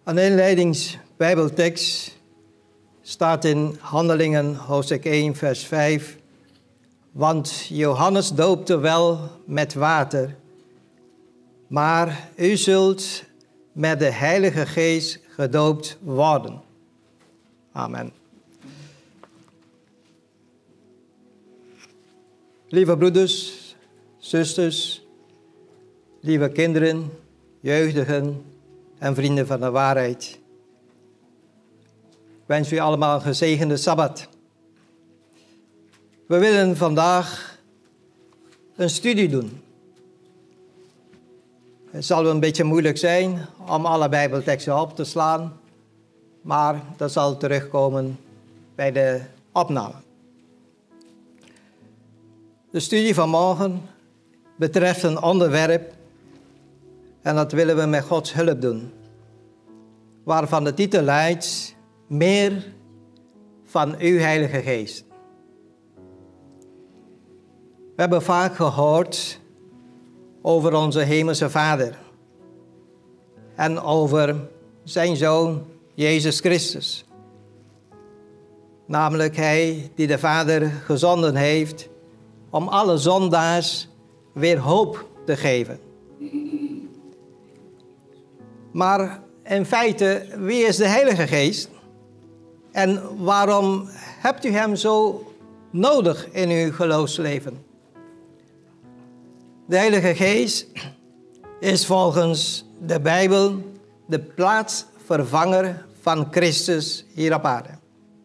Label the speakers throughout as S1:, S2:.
S1: Een inleidingsbijbeltekst staat in Handelingen, hoofdstuk 1, vers 5. Want Johannes doopte wel met water, maar u zult met de Heilige Geest gedoopt worden. Amen. Lieve broeders, zusters, lieve kinderen, jeugdigen en vrienden van de waarheid. Ik wens u allemaal een gezegende Sabbat. We willen vandaag een studie doen. Het zal een beetje moeilijk zijn om alle Bijbelteksten op te slaan, maar dat zal terugkomen bij de opname. De studie van morgen betreft een onderwerp en dat willen we met Gods hulp doen, waarvan de titel luidt: Meer van uw Heilige Geest. We hebben vaak gehoord over onze Hemelse Vader en over zijn Zoon Jezus Christus. Namelijk Hij die de Vader gezonden heeft om alle zondaars weer hoop te geven. Maar in feite, wie is de Heilige Geest? En waarom hebt u hem zo nodig in uw geloofsleven? De Heilige Geest is volgens de Bijbel de plaatsvervanger van Christus hier op aarde.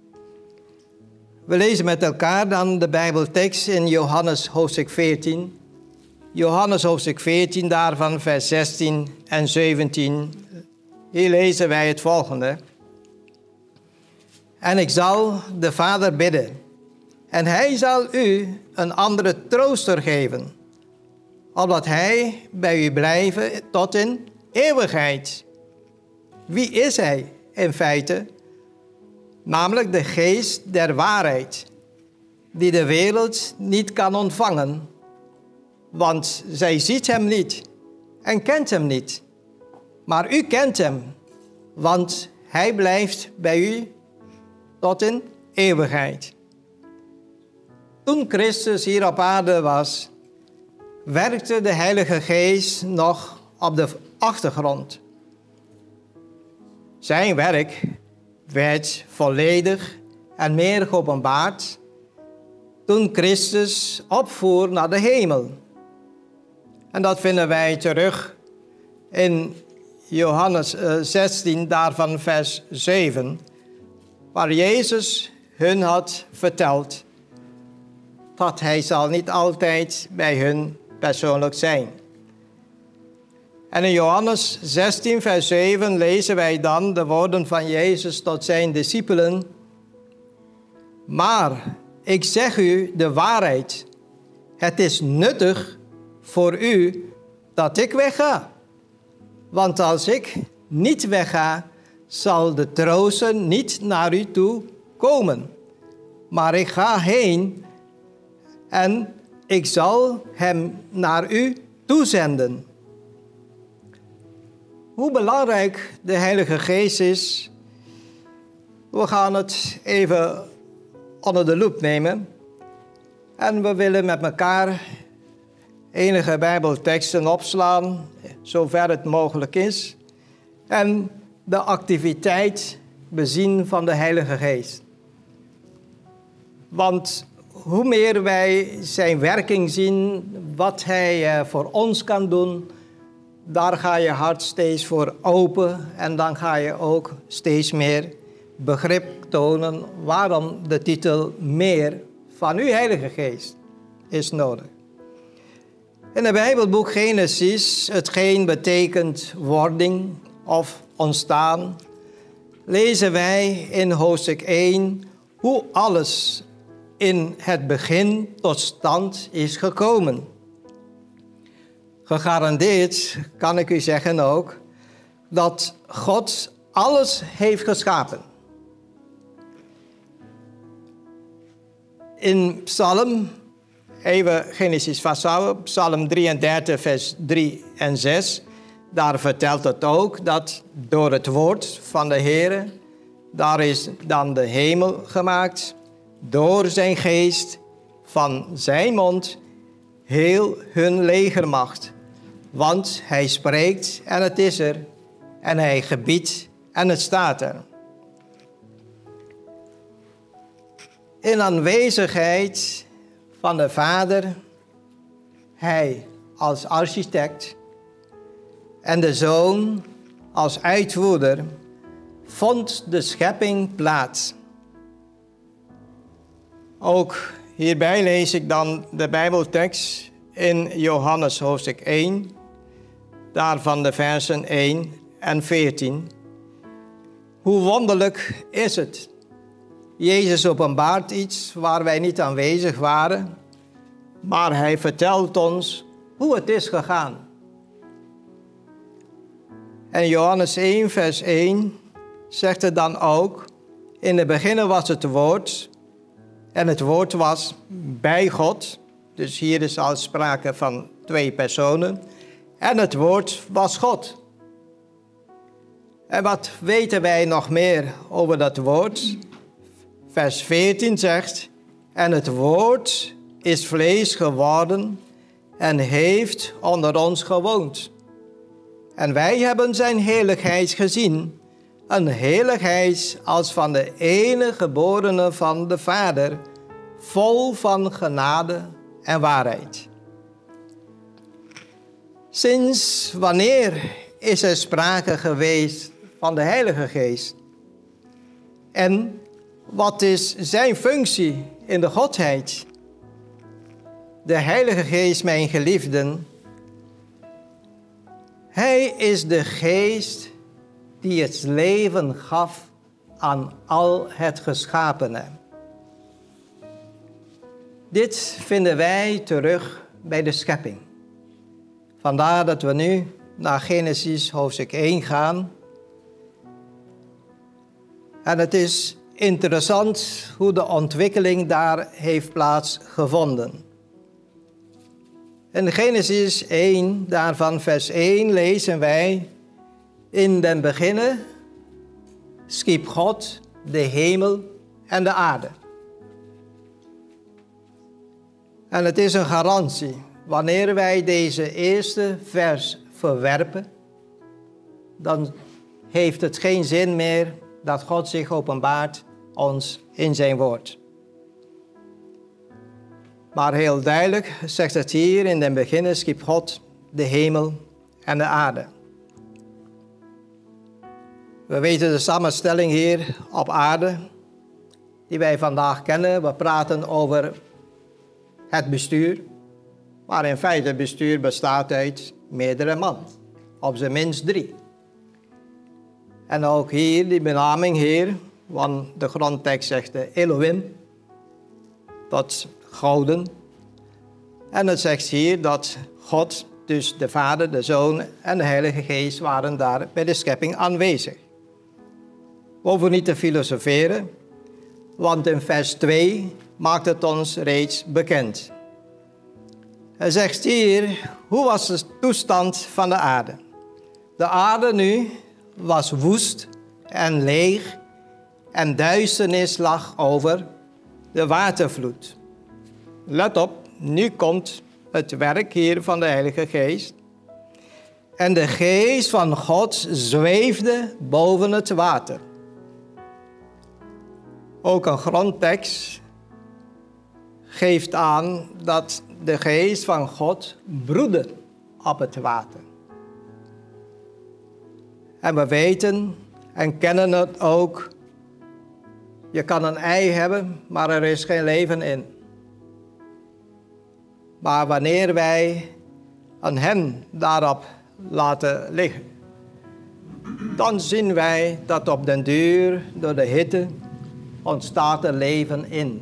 S1: We lezen met elkaar dan de Bijbeltekst in Johannes hoofdstuk 14. Johannes hoofdstuk 14, daarvan vers 16 en 17. Hier lezen wij het volgende. En ik zal de Vader bidden, en hij zal u een andere trooster geven, opdat hij bij u blijven tot in eeuwigheid. Wie is hij in feite? Namelijk de geest der waarheid, die de wereld niet kan ontvangen, want zij ziet hem niet en kent hem niet. Maar u kent hem, want hij blijft bij u tot in eeuwigheid. Toen Christus hier op aarde was, werkte de Heilige Geest nog op de achtergrond. Zijn werk werd volledig en meer geopenbaard toen Christus opvoer naar de hemel. En dat vinden wij terug in Johannes 16, daarvan vers 7, waar Jezus hun had verteld dat hij zal niet altijd bij hun persoonlijk zijn. En in Johannes 16, vers 7 lezen wij dan de woorden van Jezus tot zijn discipelen. Maar ik zeg u de waarheid. Het is nuttig voor u dat ik wegga. Want als ik niet wegga, zal de trooster niet naar u toe komen. Maar ik ga heen en ik zal hem naar u toezenden. Hoe belangrijk de Heilige Geest is, we gaan het even onder de loep nemen. En we willen met elkaar enige Bijbelteksten opslaan, zover het mogelijk is. En de activiteit bezien van de Heilige Geest. Want hoe meer wij zijn werking zien, wat hij voor ons kan doen, daar ga je hart steeds voor open en dan ga je ook steeds meer begrip tonen waarom de titel Meer van uw Heilige Geest is nodig. In het Bijbelboek Genesis, hetgeen betekent wording of ontstaan, lezen wij in hoofdstuk 1 hoe alles in het begin tot stand is gekomen. Gegarandeerd kan ik u zeggen ook dat God alles heeft geschapen. In Psalm, even Genesis vasthouden, Psalm 33 vers 3 en 6, daar vertelt het ook dat door het woord van de Heer, daar is dan de hemel gemaakt, door zijn geest, van zijn mond, heel hun legermacht. Want hij spreekt en het is er, en hij gebiedt en het staat er. In aanwezigheid van de Vader, hij als architect en de Zoon als uitvoerder, vond de schepping plaats. Ook hierbij lees ik dan de Bijbeltekst in Johannes hoofdstuk 1, daarvan de versen 1 en 14. Hoe wonderlijk is het! Jezus openbaart iets waar wij niet aanwezig waren, maar hij vertelt ons hoe het is gegaan. En Johannes 1, vers 1 zegt het dan ook: in het begin was het woord, en het woord was bij God. Dus hier is al sprake van 2 personen. En het woord was God. En wat weten wij nog meer over dat woord? Vers 14 zegt: en het woord is vlees geworden en heeft onder ons gewoond. En wij hebben zijn heerlijkheid gezien, een heerlijkheid als van de enige geborene van de Vader, vol van genade en waarheid. Sinds wanneer is er sprake geweest van de Heilige Geest? En wat is zijn functie in de Godheid? De Heilige Geest, mijn geliefden, hij is de Geest die het leven gaf aan al het geschapene. Dit vinden wij terug bij de schepping. Vandaar dat we nu naar Genesis hoofdstuk 1 gaan. En het is interessant hoe de ontwikkeling daar heeft plaatsgevonden. In Genesis 1, daarvan vers 1, lezen wij: in den beginne schiep God de hemel en de aarde. En het is een garantie. Wanneer wij deze eerste vers verwerpen, dan heeft het geen zin meer dat God zich openbaart ons in zijn woord. Maar heel duidelijk zegt het hier: in den beginne schiep God de hemel en de aarde. We weten de samenstelling hier op aarde, die wij vandaag kennen. We praten over het bestuur, maar in feite het bestuur bestaat uit meerdere mannen, op zijn minst 3. En ook hier die benaming Heer, want de grondtekst zegt Elohim, tot goden. En het zegt hier dat God, dus de Vader, de Zoon en de Heilige Geest waren daar bij de schepping aanwezig. We hoeven niet te filosoferen, want in vers 2 maakt het ons reeds bekend. Hij zegt hier: hoe was de toestand van de aarde? De aarde nu was woest en leeg en duisternis lag over de watervloed. Let op, nu komt het werk hier van de Heilige Geest. En de Geest van God zweefde boven het water. Ook een grondtekst geeft aan dat de Geest van God broedde op het water. En we weten en kennen het ook. Je kan een ei hebben, maar er is geen leven in. Maar wanneer wij een hen daarop laten liggen, dan zien wij dat op den duur door de hitte ontstaat er leven in.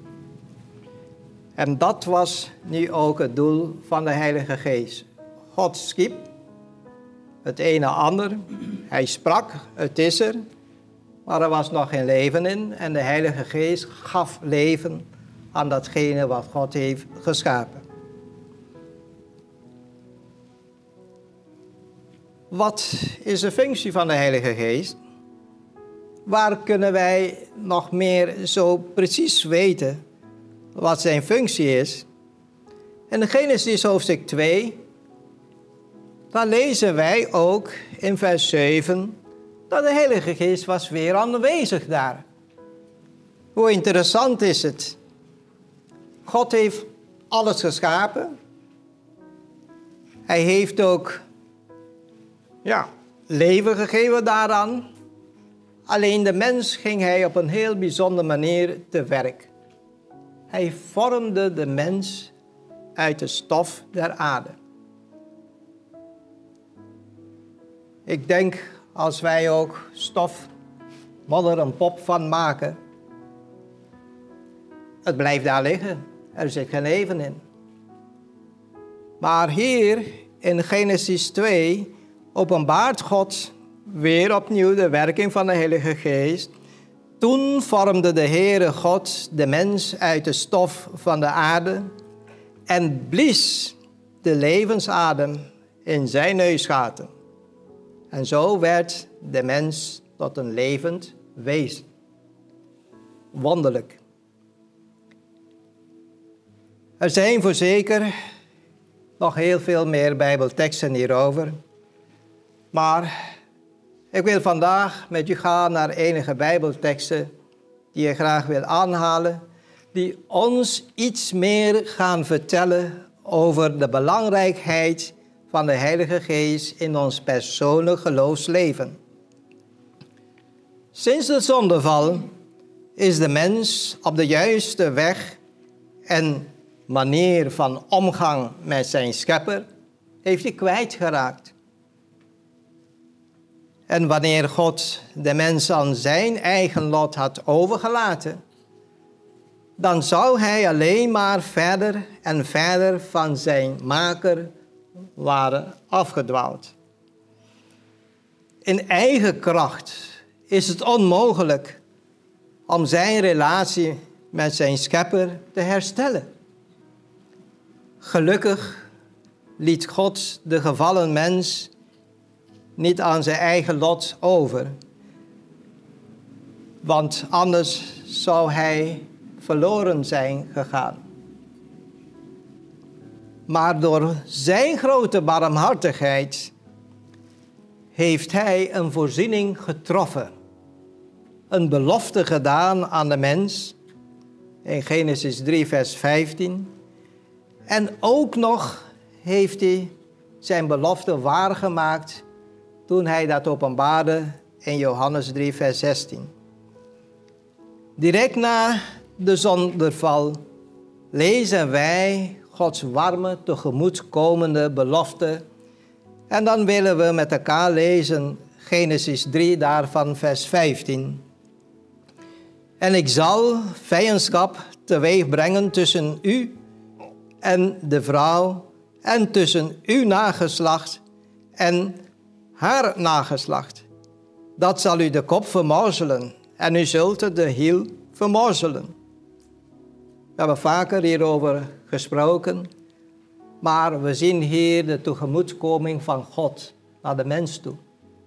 S1: En dat was nu ook het doel van de Heilige Geest. God schiep het ene ander. Hij sprak, het is er. Maar er was nog geen leven in. En de Heilige Geest gaf leven aan datgene wat God heeft geschapen. wat is de functie van de Heilige Geest? Waar kunnen wij nog meer zo precies weten wat zijn functie is? In Genesis hoofdstuk 2, daar lezen wij ook in vers 7 dat de Heilige Geest was weer aanwezig daar. Hoe interessant is het? God heeft alles geschapen. Hij heeft ook leven gegeven daaraan. Alleen de mens ging hij op een heel bijzondere manier te werk. Hij vormde de mens uit de stof der aarde. Ik denk als wij ook stof, modder, een pop van maken, het blijft daar liggen. Er zit geen leven in. Maar hier in Genesis 2 openbaart God weer opnieuw de werking van de Heilige Geest. Toen vormde de Heere God de mens uit de stof van de aarde en blies de levensadem in zijn neusgaten. En zo werd de mens tot een levend wezen. Wonderlijk. Er zijn voorzeker nog heel veel meer Bijbelteksten hierover. Maar ik wil vandaag met u gaan naar enige Bijbelteksten die ik graag wil aanhalen, die ons iets meer gaan vertellen over de belangrijkheid van de Heilige Geest in ons persoonlijk geloofsleven. Sinds de zondeval is de mens op de juiste weg en manier van omgang met zijn schepper heeft hij kwijtgeraakt. En wanneer God de mens aan zijn eigen lot had overgelaten, dan zou hij alleen maar verder en verder van zijn maker waren afgedwaald. In eigen kracht is het onmogelijk om zijn relatie met zijn schepper te herstellen. Gelukkig liet God de gevallen mens niet aan zijn eigen lot over, want anders zou hij verloren zijn gegaan. Maar door zijn grote barmhartigheid heeft hij een voorziening getroffen, een belofte gedaan aan de mens in Genesis 3 vers 15. En ook nog heeft hij zijn belofte waargemaakt toen hij dat openbaarde in Johannes 3 vers 16. Direct na de zondeval lezen wij Gods warme, tegemoetkomende belofte. En dan willen we met elkaar lezen Genesis 3 daarvan vers 15. En ik zal vijandschap teweeg brengen tussen u en de vrouw en tussen uw nageslacht en haar nageslacht. Dat zal u de kop vermorzelen en u zult de hiel vermorzelen. We hebben vaker hierover gesproken, maar we zien hier de tegemoetkoming van God naar de mens toe.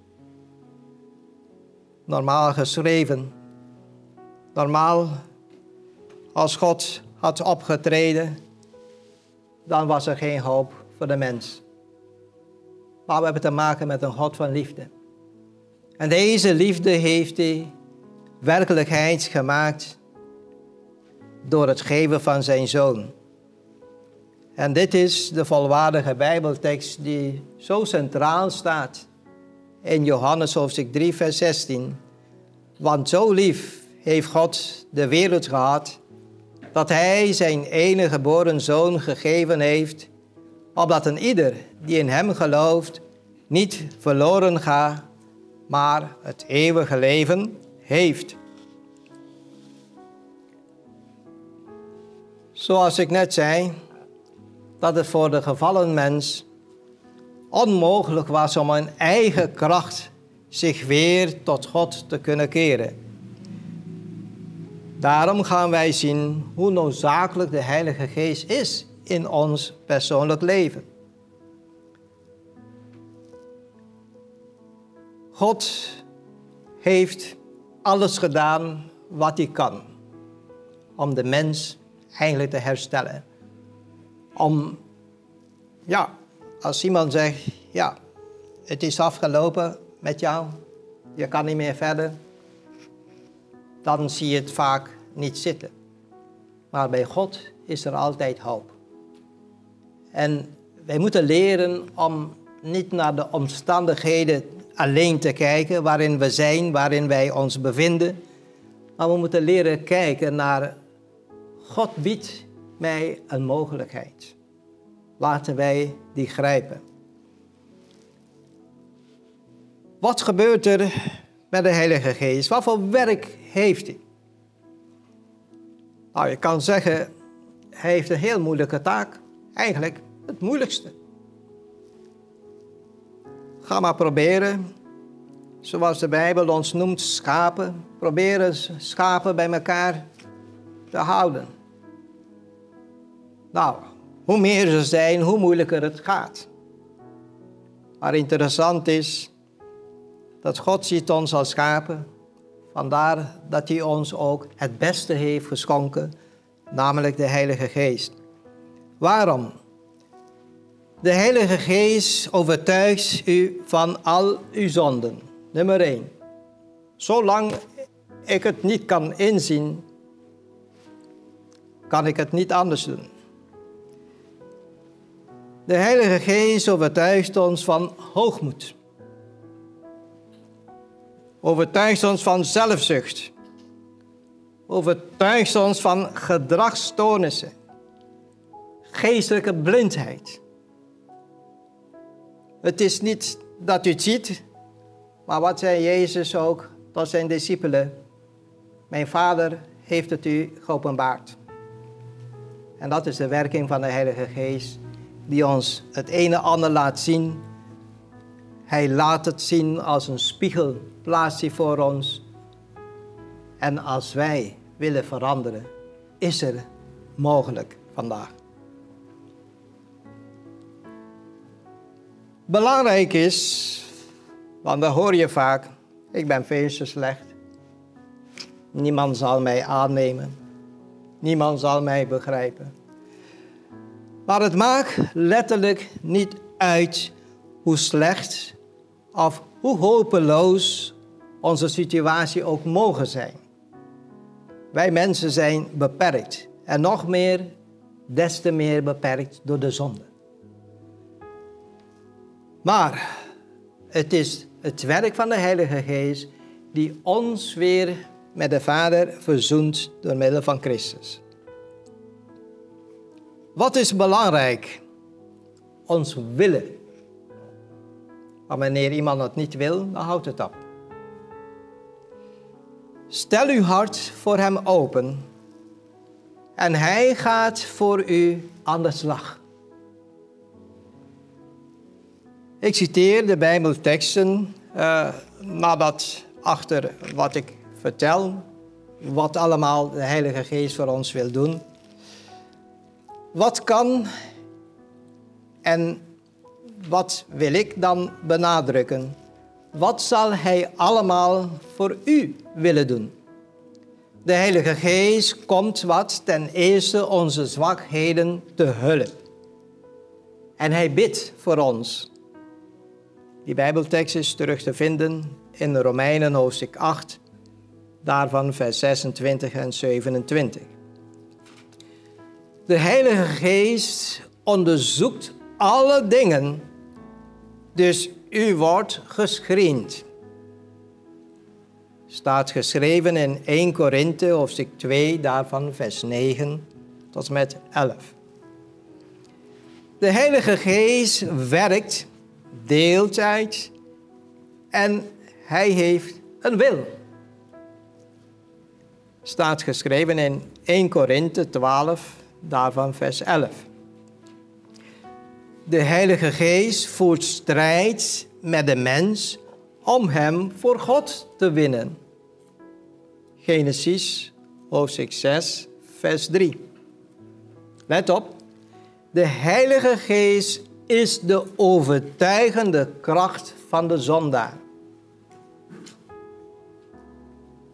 S1: Normaal geschreven. Normaal, als God had opgetreden, dan was er geen hoop voor de mens. Maar we hebben te maken met een God van liefde. En deze liefde heeft hij werkelijkheid gemaakt door het geven van zijn Zoon. En dit is de volwaardige Bijbeltekst die zo centraal staat in Johannes hoofdstuk 3 vers 16. Want zo lief heeft God de wereld gehad, dat hij zijn enige geboren Zoon gegeven heeft, opdat een ieder die in hem gelooft niet verloren gaat, maar het eeuwige leven heeft. Zoals ik net zei, dat het voor de gevallen mens onmogelijk was om in eigen kracht zich weer tot God te kunnen keren. Daarom gaan wij zien hoe noodzakelijk de Heilige Geest is in ons persoonlijk leven. God heeft alles gedaan wat hij kan om de mens eigenlijk te herstellen. Als iemand zegt, ja, het is afgelopen met jou, je kan niet meer verder, dan zie je het vaak niet zitten. Maar bij God is er altijd hoop. En wij moeten leren om niet naar de omstandigheden alleen te kijken waarin we zijn, waarin wij ons bevinden. Maar we moeten leren kijken naar God biedt mij een mogelijkheid. Laten wij die grijpen. Wat gebeurt er met de Heilige Geest? Wat voor werk heeft hij? Nou, je kan zeggen, hij heeft een heel moeilijke taak. Eigenlijk het moeilijkste. Ga maar proberen, zoals de Bijbel ons noemt, schapen. Proberen schapen bij elkaar te houden. Nou, hoe meer ze zijn, hoe moeilijker het gaat. Maar interessant is dat God ziet ons als schapen. Vandaar dat hij ons ook het beste heeft geschonken, namelijk de Heilige Geest. Waarom? De Heilige Geest overtuigt u van al uw zonden. Nummer 1. Zolang ik het niet kan inzien, kan ik het niet anders doen. De Heilige Geest overtuigt ons van hoogmoed. Overtuigt ons van zelfzucht. Overtuigt ons van gedragsstoornissen. Geestelijke blindheid. Het is niet dat u het ziet, maar wat zei Jezus ook tot zijn discipelen? Mijn Vader heeft het u geopenbaard. En dat is de werking van de Heilige Geest, die ons het een en ander laat zien. Hij laat het zien als een spiegel, plaatst hij voor ons. En als wij willen veranderen, is er mogelijk vandaag. Belangrijk is, want dan hoor je vaak, ik ben veel te slecht. Niemand zal mij aannemen. Niemand zal mij begrijpen. Maar het maakt letterlijk niet uit hoe slecht of hoe hopeloos onze situatie ook mogen zijn. Wij mensen zijn beperkt. En nog meer, des te meer beperkt door de zonde. Maar het is het werk van de Heilige Geest die ons weer met de Vader verzoent door middel van Christus. Wat is belangrijk? Ons willen. Maar wanneer iemand het niet wil, dan houdt het op. Stel uw hart voor hem open en hij gaat voor u aan de slag. Ik citeer de Bijbelteksten nadat achter wat ik vertel, wat allemaal de Heilige Geest voor ons wil doen. Wat kan en wat wil ik dan benadrukken? Wat zal hij allemaal voor u willen doen? De Heilige Geest komt ten eerste onze zwakheden te hulp. En hij bidt voor ons. Die Bijbeltekst is terug te vinden in Romeinen hoofdstuk 8, daarvan vers 26 en 27. De Heilige Geest onderzoekt alle dingen, dus u wordt gescreend. Staat geschreven in 1 Korinthe hoofdstuk 2, daarvan vers 9 tot met 11. De Heilige Geest werkt, deelt uit en hij heeft een wil. Staat geschreven in 1 Korinthe 12, daarvan vers 11. De Heilige Geest voert strijd met de mens om hem voor God te winnen. Genesis, hoofdstuk 6, vers 3. Let op. De Heilige Geest is de overtuigende kracht van de zondaar.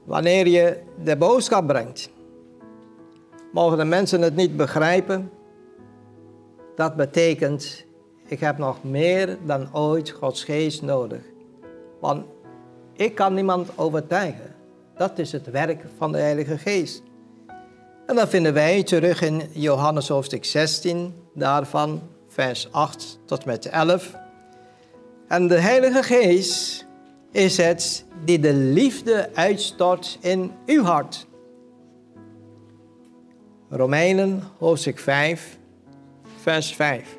S1: Wanneer je de boodschap brengt, mogen de mensen het niet begrijpen. Dat betekent, ik heb nog meer dan ooit Gods geest nodig. Want ik kan niemand overtuigen. Dat is het werk van de Heilige Geest. En dat vinden wij terug in Johannes hoofdstuk 16, daarvan vers 8 tot met 11. En de Heilige Geest is het die de liefde uitstort in uw hart. Romeinen hoofdstuk 5, vers 5.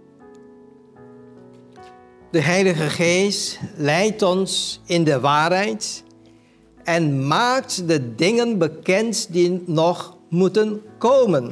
S1: De Heilige Geest leidt ons in de waarheid en maakt de dingen bekend die nog moeten komen.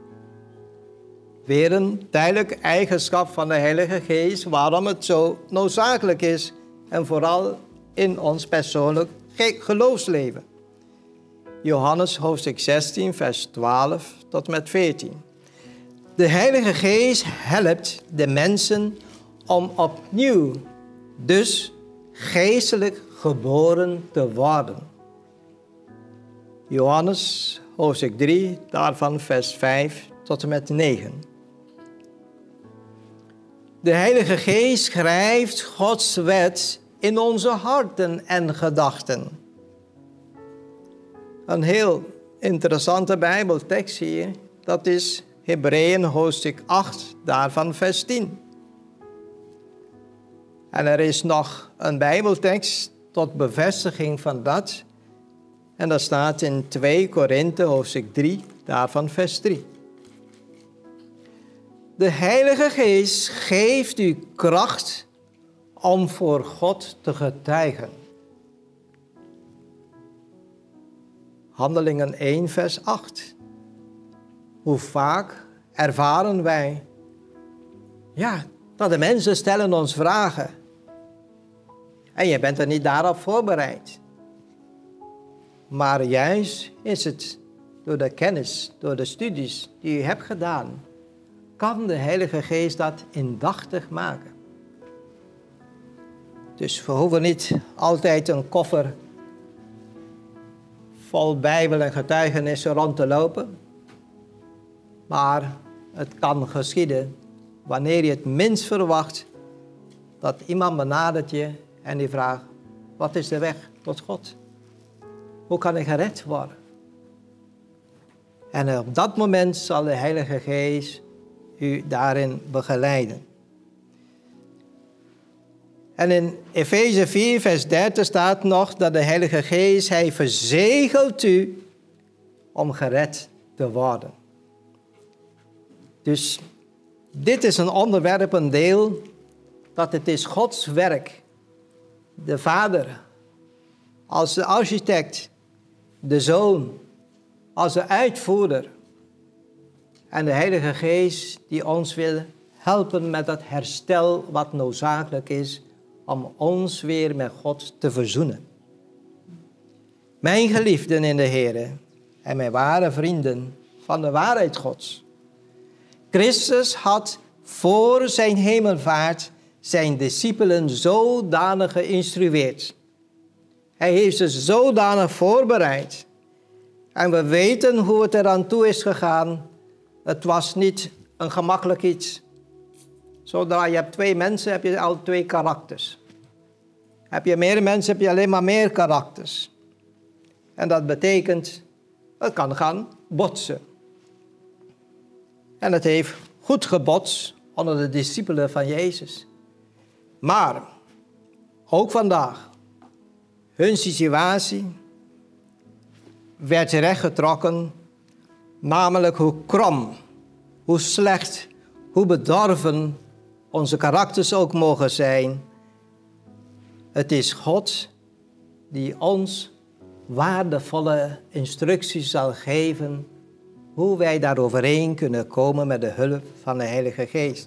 S1: Weer een tijdelijke eigenschap van de Heilige Geest, waarom het zo noodzakelijk is en vooral in ons persoonlijk geloofsleven. Johannes hoofdstuk 16, vers 12 tot met 14. De Heilige Geest helpt de mensen om opnieuw, dus geestelijk geboren te worden. Johannes hoofdstuk 3, daarvan vers 5 tot en met 9. De Heilige Geest schrijft Gods wet in onze harten en gedachten. Een heel interessante Bijbeltekst hier, dat is Hebreeën hoofdstuk 8, daarvan vers 10. En er is nog een Bijbeltekst tot bevestiging van dat. En dat staat in 2 Korinthe hoofdstuk 3, daarvan vers 3. De Heilige Geest geeft u kracht om voor God te getuigen. Handelingen 1, vers 8. Hoe vaak ervaren wij, dat de mensen stellen ons vragen. En je bent er niet daarop voorbereid. Maar juist is het door de kennis, door de studies die u hebt gedaan, kan de Heilige Geest dat indachtig maken. Dus we hoeven niet altijd een koffer vol Bijbel en getuigenissen rond te lopen. Maar het kan geschieden wanneer je het minst verwacht, dat iemand benadert je en die vraagt, wat is de weg tot God? Hoe kan ik gered worden? En op dat moment zal de Heilige Geest u daarin begeleiden. En in Efeze 4, vers 30 staat nog dat de Heilige Geest, hij verzegelt u om gered te worden. Dus dit is een onderwerp, een deel, dat het is Gods werk. De Vader als de architect, de Zoon als de uitvoerder en de Heilige Geest die ons wil helpen met dat herstel wat noodzakelijk is om ons weer met God te verzoenen. Mijn geliefden in de Heer en mijn ware vrienden van de waarheid Gods. Christus had voor zijn hemelvaart zijn discipelen zodanig geïnstrueerd. Hij heeft ze zodanig voorbereid. En we weten hoe het eraan toe is gegaan. Het was niet een gemakkelijk iets. Zodra je hebt 2 mensen, heb je al 2 karakters. Heb je meer mensen, heb je alleen maar meer karakters. En dat betekent, het kan gaan botsen. En het heeft goed gebotst onder de discipelen van Jezus. Maar, ook vandaag, hun situatie werd rechtgetrokken, namelijk hoe krom, hoe slecht, hoe bedorven onze karakters ook mogen zijn. Het is God die ons waardevolle instructies zal geven hoe wij daar overheen kunnen komen met de hulp van de Heilige Geest.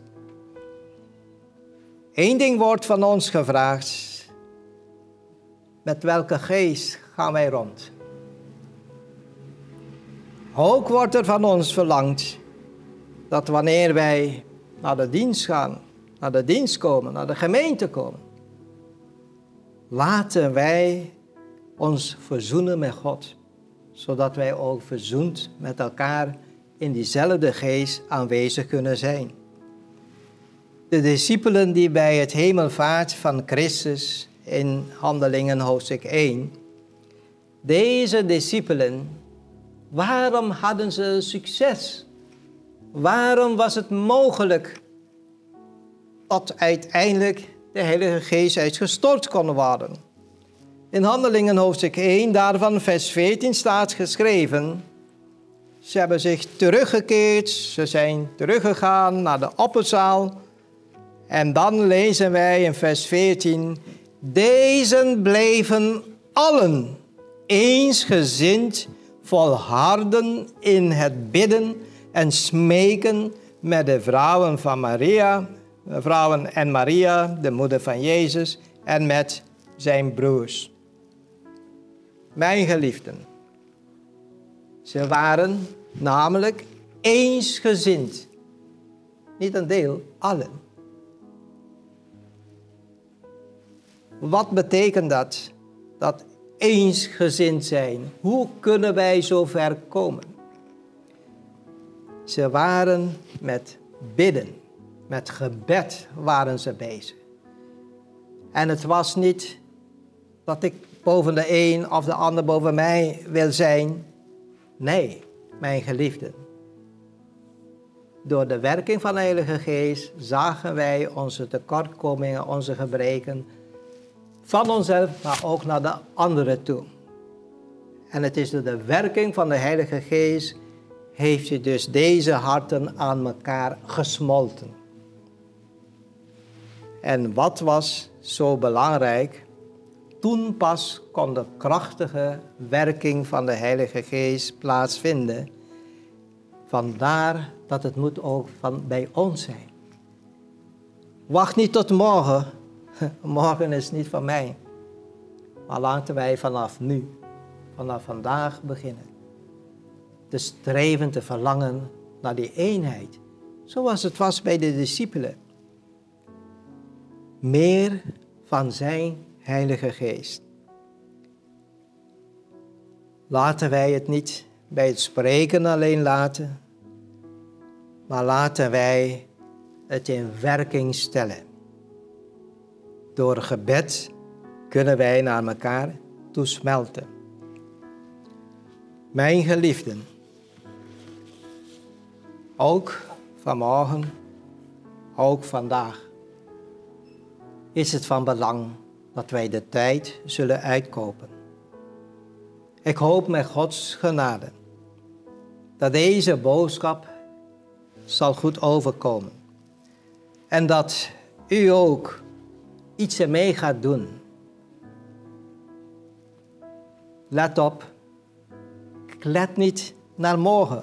S1: 1 ding wordt van ons gevraagd. Met welke geest gaan wij rond? Ook wordt er van ons verlangd dat wanneer wij naar de dienst gaan, naar de dienst komen, naar de gemeente komen, laten wij ons verzoenen met God, zodat wij ook verzoend met elkaar in diezelfde geest aanwezig kunnen zijn. De discipelen die bij het hemelvaart van Christus in Handelingen hoofdstuk 1, deze discipelen, waarom hadden ze succes? Waarom was het mogelijk dat uiteindelijk de Heilige Geest uitgestort kon worden? In Handelingen hoofdstuk 1, daarvan vers 14 staat geschreven: ze hebben zich teruggekeerd, ze zijn teruggegaan naar de opperzaal. En dan lezen wij in vers 14: deze bleven allen eensgezind volharden in het bidden en smeken met de vrouwen van Maria, de vrouwen en Maria, de moeder van Jezus, en met zijn broers. Mijn geliefden, ze waren namelijk eensgezind. Niet een deel, allen. Wat betekent dat? Dat eensgezind zijn. Hoe kunnen wij zo ver komen? Ze waren met bidden, met gebed waren ze bezig. En het was niet dat ik boven de een of de ander boven mij wil zijn. Nee, mijn geliefden. Door de werking van de Heilige Geest zagen wij onze tekortkomingen, onze gebreken van onszelf, maar ook naar de anderen toe. En het is door de werking van de Heilige Geest heeft je dus deze harten aan elkaar gesmolten. En wat was zo belangrijk? Toen pas kon de krachtige werking van de Heilige Geest plaatsvinden. Vandaar dat het moet ook bij ons zijn. Wacht niet tot morgen. Morgen is niet van mij. Maar laten wij vanaf nu, vanaf vandaag beginnen. Te streven, te verlangen naar die eenheid. Zoals het was bij de discipelen. Meer van zijn Heilige Geest. Laten wij het niet bij het spreken alleen laten, maar laten wij het in werking stellen. Door gebed kunnen wij naar elkaar toesmelten. Mijn geliefden, ook vanmorgen, ook vandaag, is het van belang dat wij de tijd zullen uitkopen. Ik hoop met Gods genade dat deze boodschap zal goed overkomen. En dat u ook iets ermee gaat doen. Let op, let niet naar morgen.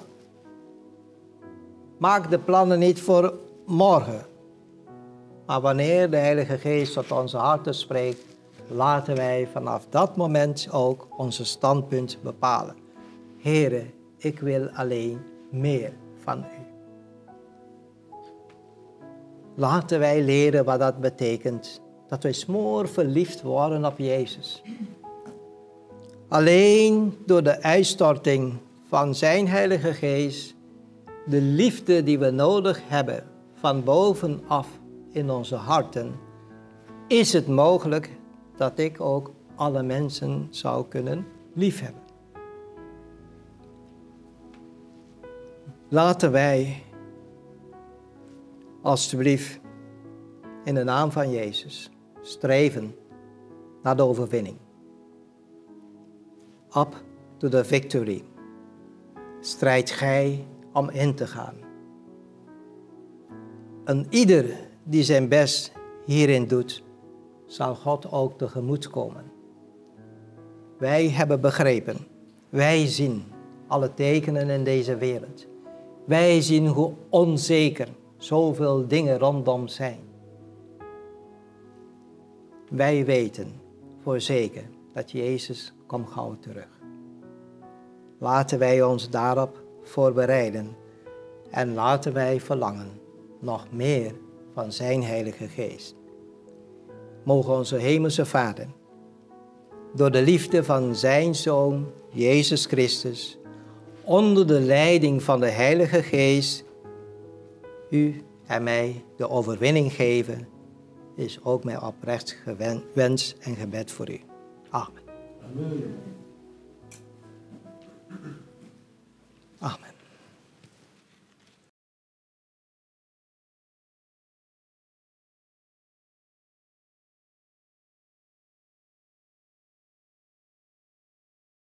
S1: Maak de plannen niet voor morgen. Maar wanneer de Heilige Geest tot onze harten spreekt, laten wij vanaf dat moment ook onze standpunt bepalen. Heere, ik wil alleen meer van u. Laten wij leren wat dat betekent. Dat wij smoor verliefd worden op Jezus. Alleen door de uitstorting van zijn Heilige Geest, de liefde die we nodig hebben van bovenaf in onze harten, is het mogelijk dat ik ook alle mensen zou kunnen liefhebben. Laten wij alstublieft in de naam van Jezus streven naar de overwinning. Up to the victory. Strijd gij om in te gaan. En ieder die zijn best hierin doet, zal God ook tegemoet komen. Wij hebben begrepen, wij zien alle tekenen in deze wereld. Wij zien hoe onzeker zoveel dingen rondom zijn. Wij weten voor zeker dat Jezus komt gauw terug. Laten wij ons daarop voorbereiden en laten wij verlangen nog meer van zijn Heilige Geest. Mogen onze Hemelse Vader door de liefde van zijn Zoon, Jezus Christus, onder de leiding van de Heilige Geest, u en mij de overwinning geven, is ook mijn oprecht wens en gebed voor u. Amen.
S2: Amen.